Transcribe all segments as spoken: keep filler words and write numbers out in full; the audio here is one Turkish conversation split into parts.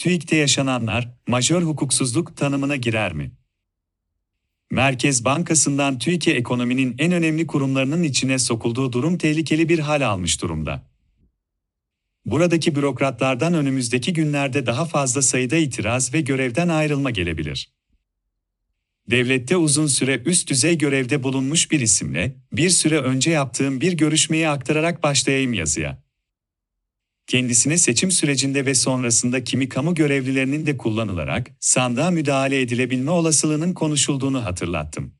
TÜİK'te yaşananlar, majör hukuksuzluk tanımına girer mi? Merkez Bankası'ndan TÜİK'e ekonominin en önemli kurumlarının içine sokulduğu durum tehlikeli bir hal almış durumda. Buradaki bürokratlardan önümüzdeki günlerde daha fazla sayıda itiraz ve görevden ayrılma gelebilir. Devlette uzun süre üst düzey görevde bulunmuş bir isimle, bir süre önce yaptığım bir görüşmeyi aktararak başlayayım yazıya. Kendisine seçim sürecinde ve sonrasında kimi kamu görevlilerinin de kullanılarak sandığa müdahale edilebilme olasılığının konuşulduğunu hatırlattım.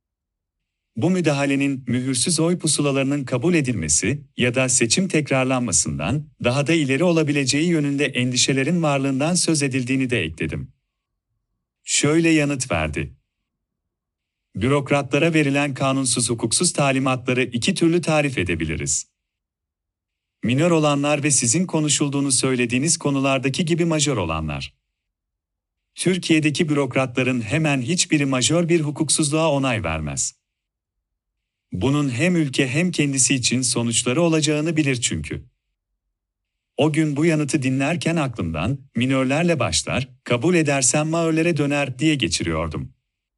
Bu müdahalenin mühürsüz oy pusulalarının kabul edilmesi ya da seçim tekrarlanmasından daha da ileri olabileceği yönünde endişelerin varlığından söz edildiğini de ekledim. Şöyle yanıt verdi. Bürokratlara verilen kanunsuz hukuksuz talimatları iki türlü tarif edebiliriz. Minör olanlar ve sizin konuşulduğunu söylediğiniz konulardaki gibi majör olanlar. Türkiye'deki bürokratların hemen hiçbiri majör bir hukuksuzluğa onay vermez. Bunun hem ülke hem kendisi için sonuçları olacağını bilir çünkü. O gün bu yanıtı dinlerken aklımdan, minörlerle başlar, kabul edersem maörlere döner diye geçiriyordum.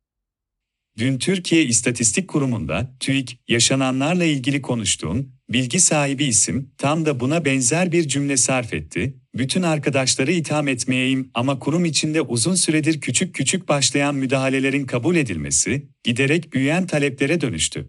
Dün Türkiye İstatistik Kurumu'nda TÜİK, yaşananlarla ilgili konuştuğum, bilgi sahibi isim, tam da buna benzer bir cümle sarf etti. Bütün arkadaşları itham etmeyeyim ama kurum içinde uzun süredir küçük küçük başlayan müdahalelerin kabul edilmesi, giderek büyüyen taleplere dönüştü.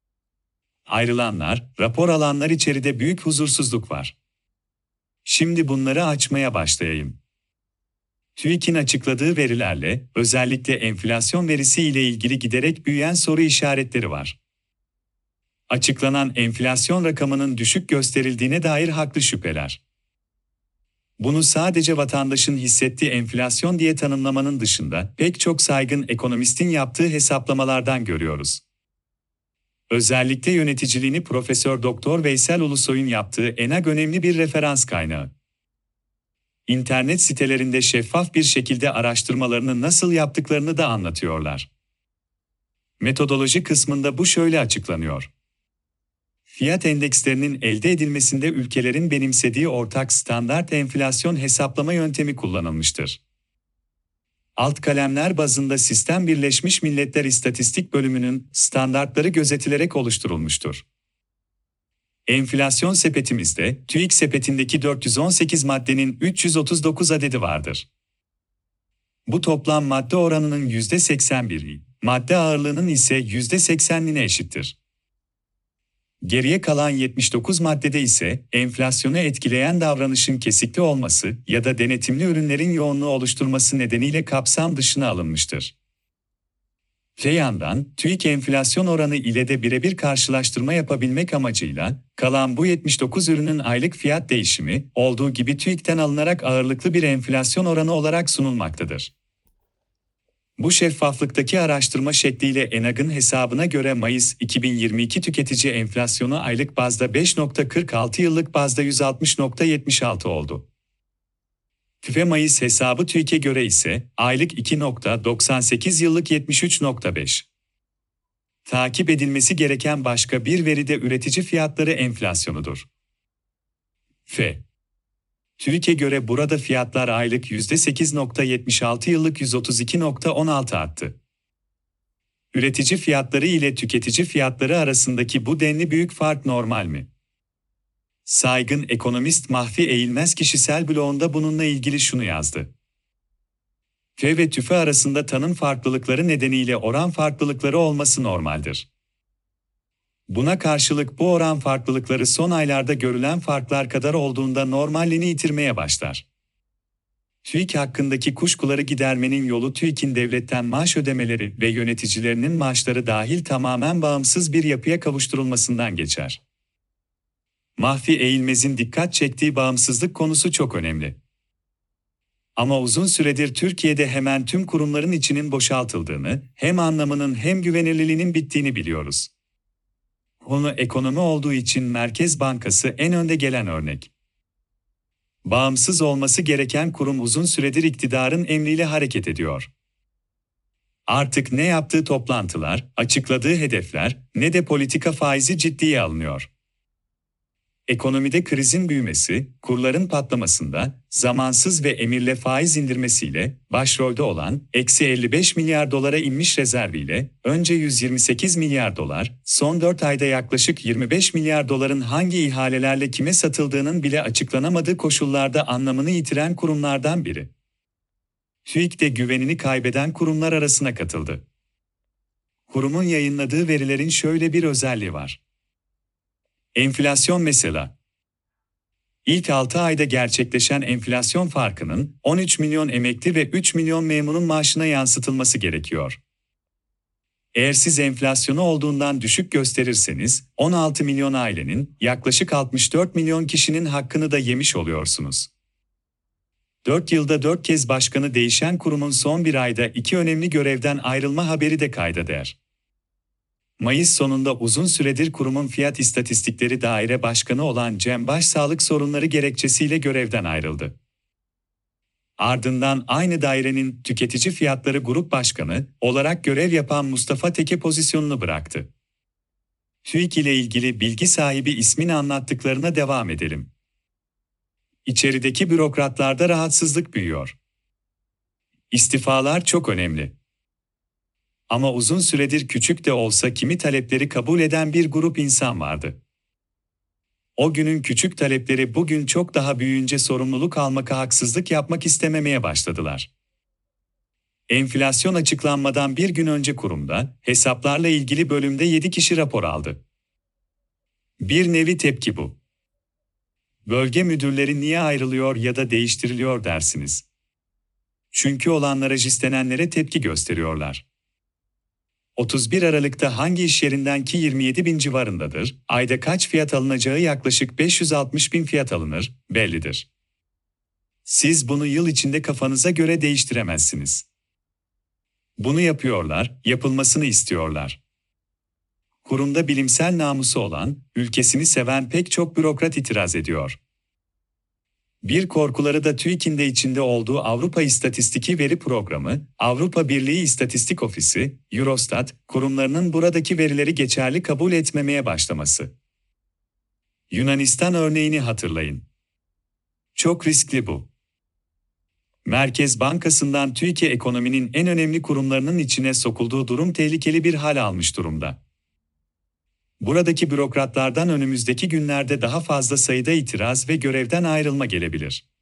Ayrılanlar, rapor alanlar içeride büyük huzursuzluk var. Şimdi bunları açmaya başlayayım. TÜİK'in açıkladığı verilerle, özellikle enflasyon verisi ile ilgili giderek büyüyen soru işaretleri var. Açıklanan enflasyon rakamının düşük gösterildiğine dair haklı şüpheler. Bunu sadece vatandaşın hissettiği enflasyon diye tanımlamanın dışında pek çok saygın ekonomistin yaptığı hesaplamalardan görüyoruz. Özellikle yöneticiliğini Profesör Doktor Veysel Ulusoy'un yaptığı ENAG önemli bir referans kaynağı. İnternet sitelerinde şeffaf bir şekilde araştırmalarını nasıl yaptıklarını da anlatıyorlar. Metodoloji kısmında bu şöyle açıklanıyor. Fiyat endekslerinin elde edilmesinde ülkelerin benimsediği ortak standart enflasyon hesaplama yöntemi kullanılmıştır. Alt kalemler bazında sistem Birleşmiş Milletler İstatistik Bölümünün standartları gözetilerek oluşturulmuştur. Enflasyon sepetimizde TÜİK sepetindeki dört yüz on sekiz maddenin üç yüz otuz dokuz adedi vardır. Bu toplam madde oranının yüzde seksen biri, madde ağırlığının ise yüzde seksenine eşittir. Geriye kalan yetmiş dokuz maddede ise enflasyonu etkileyen davranışın kesikli olması ya da denetimli ürünlerin yoğunluğu oluşturması nedeniyle kapsam dışına alınmıştır. Öte yandan, TÜİK enflasyon oranı ile de birebir karşılaştırma yapabilmek amacıyla, kalan bu yetmiş dokuz ürünün aylık fiyat değişimi, olduğu gibi TÜİK'ten alınarak ağırlıklı bir enflasyon oranı olarak sunulmaktadır. Bu şeffaflıktaki araştırma şekliyle ENAG'ın hesabına göre Mayıs iki bin yirmi iki tüketici enflasyonu aylık bazda beş virgül kırk altı, yıllık bazda yüz altmış virgül yetmiş altı oldu. TÜFE Mayıs hesabı TÜİK'e göre ise aylık iki virgül doksan sekiz, yıllık yetmiş üç virgül beş. Takip edilmesi gereken başka bir veri de üretici fiyatları enflasyonudur. F. TÜİK'e göre burada fiyatlar aylık yüzde sekiz virgül yetmiş altı, yıllık yüz otuz iki virgül on altı arttı. Üretici fiyatları ile tüketici fiyatları arasındaki bu denli büyük fark normal mi? Saygın ekonomist Mahfi Eğilmez kişisel blogunda bununla ilgili şunu yazdı. F ve TÜFE arasında tanım farklılıkları nedeniyle oran farklılıkları olması normaldir. Buna karşılık bu oran farklılıkları son aylarda görülen farklar kadar olduğunda normalliğini yitirmeye başlar. TÜİK hakkındaki kuşkuları gidermenin yolu TÜİK'in devletten maaş ödemeleri ve yöneticilerinin maaşları dahil tamamen bağımsız bir yapıya kavuşturulmasından geçer. Mahfi Eğilmez'in dikkat çektiği bağımsızlık konusu çok önemli. Ama uzun süredir Türkiye'de hemen tüm kurumların içinin boşaltıldığını, hem anlamının hem güvenilirliğinin bittiğini biliyoruz. Konu ekonomi olduğu için Merkez Bankası en önde gelen örnek. Bağımsız olması gereken kurum uzun süredir iktidarın emriyle hareket ediyor. Artık ne yaptığı toplantılar, açıkladığı hedefler, ne de politika faizi ciddiye alınıyor. Ekonomide krizin büyümesi, kurların patlamasında, zamansız ve emirle faiz indirmesiyle, başrolde olan, eksi elli beş milyar dolara inmiş rezerviyle, önce yüz yirmi sekiz milyar dolar, son dört ayda yaklaşık yirmi beş milyar doların hangi ihalelerle kime satıldığının bile açıklanamadığı koşullarda anlamını yitiren kurumlardan biri. TÜİK de güvenini kaybeden kurumlar arasına katıldı. Kurumun yayınladığı verilerin şöyle bir özelliği var. Enflasyon mesela. İlk altı ayda gerçekleşen enflasyon farkının on üç milyon emekli ve üç milyon memurun maaşına yansıtılması gerekiyor. Eğer siz enflasyonu olduğundan düşük gösterirseniz, on altı milyon ailenin, yaklaşık altmış dört milyon kişinin hakkını da yemiş oluyorsunuz. dört yılda dört kez başkanı değişen kurumun son bir ayda iki önemli görevden ayrılma haberi de kayda değer. Mayıs sonunda uzun süredir kurumun fiyat istatistikleri daire başkanı olan Cem Baş sağlık sorunları gerekçesiyle görevden ayrıldı. Ardından aynı dairenin tüketici fiyatları grup başkanı olarak görev yapan Mustafa Teke pozisyonunu bıraktı. TÜİK ile ilgili bilgi sahibi ismini anlattıklarına devam edelim. İçerideki bürokratlarda rahatsızlık büyüyor. İstifalar çok önemli. Ama uzun süredir küçük de olsa kimi talepleri kabul eden bir grup insan vardı. O günün küçük talepleri bugün çok daha büyüyünce sorumluluk almaka haksızlık yapmak istememeye başladılar. Enflasyon açıklanmadan bir gün önce kurumda, hesaplarla ilgili bölümde yedi kişi rapor aldı. Bir nevi tepki bu. Bölge müdürleri niye ayrılıyor ya da değiştiriliyor dersiniz. Çünkü olanlara jislenenlere tepki gösteriyorlar. otuz bir Aralık'ta hangi iş yerinden ki yirmi yedi bin civarındadır, ayda kaç fiyat alınacağı yaklaşık beş yüz altmış bin fiyat alınır, bellidir. Siz bunu yıl içinde kafanıza göre değiştiremezsiniz. Bunu yapıyorlar, yapılmasını istiyorlar. Kurumda bilimsel namusu olan, ülkesini seven pek çok bürokrat itiraz ediyor. Bir korkuları da TÜİK'in de içinde olduğu Avrupa İstatistiki Veri Programı, Avrupa Birliği İstatistik Ofisi, Eurostat, kurumlarının buradaki verileri geçerli kabul etmemeye başlaması. Yunanistan örneğini hatırlayın. Çok riskli bu. Merkez Bankası'ndan TÜİK'e ekonominin en önemli kurumlarının içine sokulduğu durum tehlikeli bir hal almış durumda. Buradaki bürokratlardan önümüzdeki günlerde daha fazla sayıda itiraz ve görevden ayrılma gelebilir.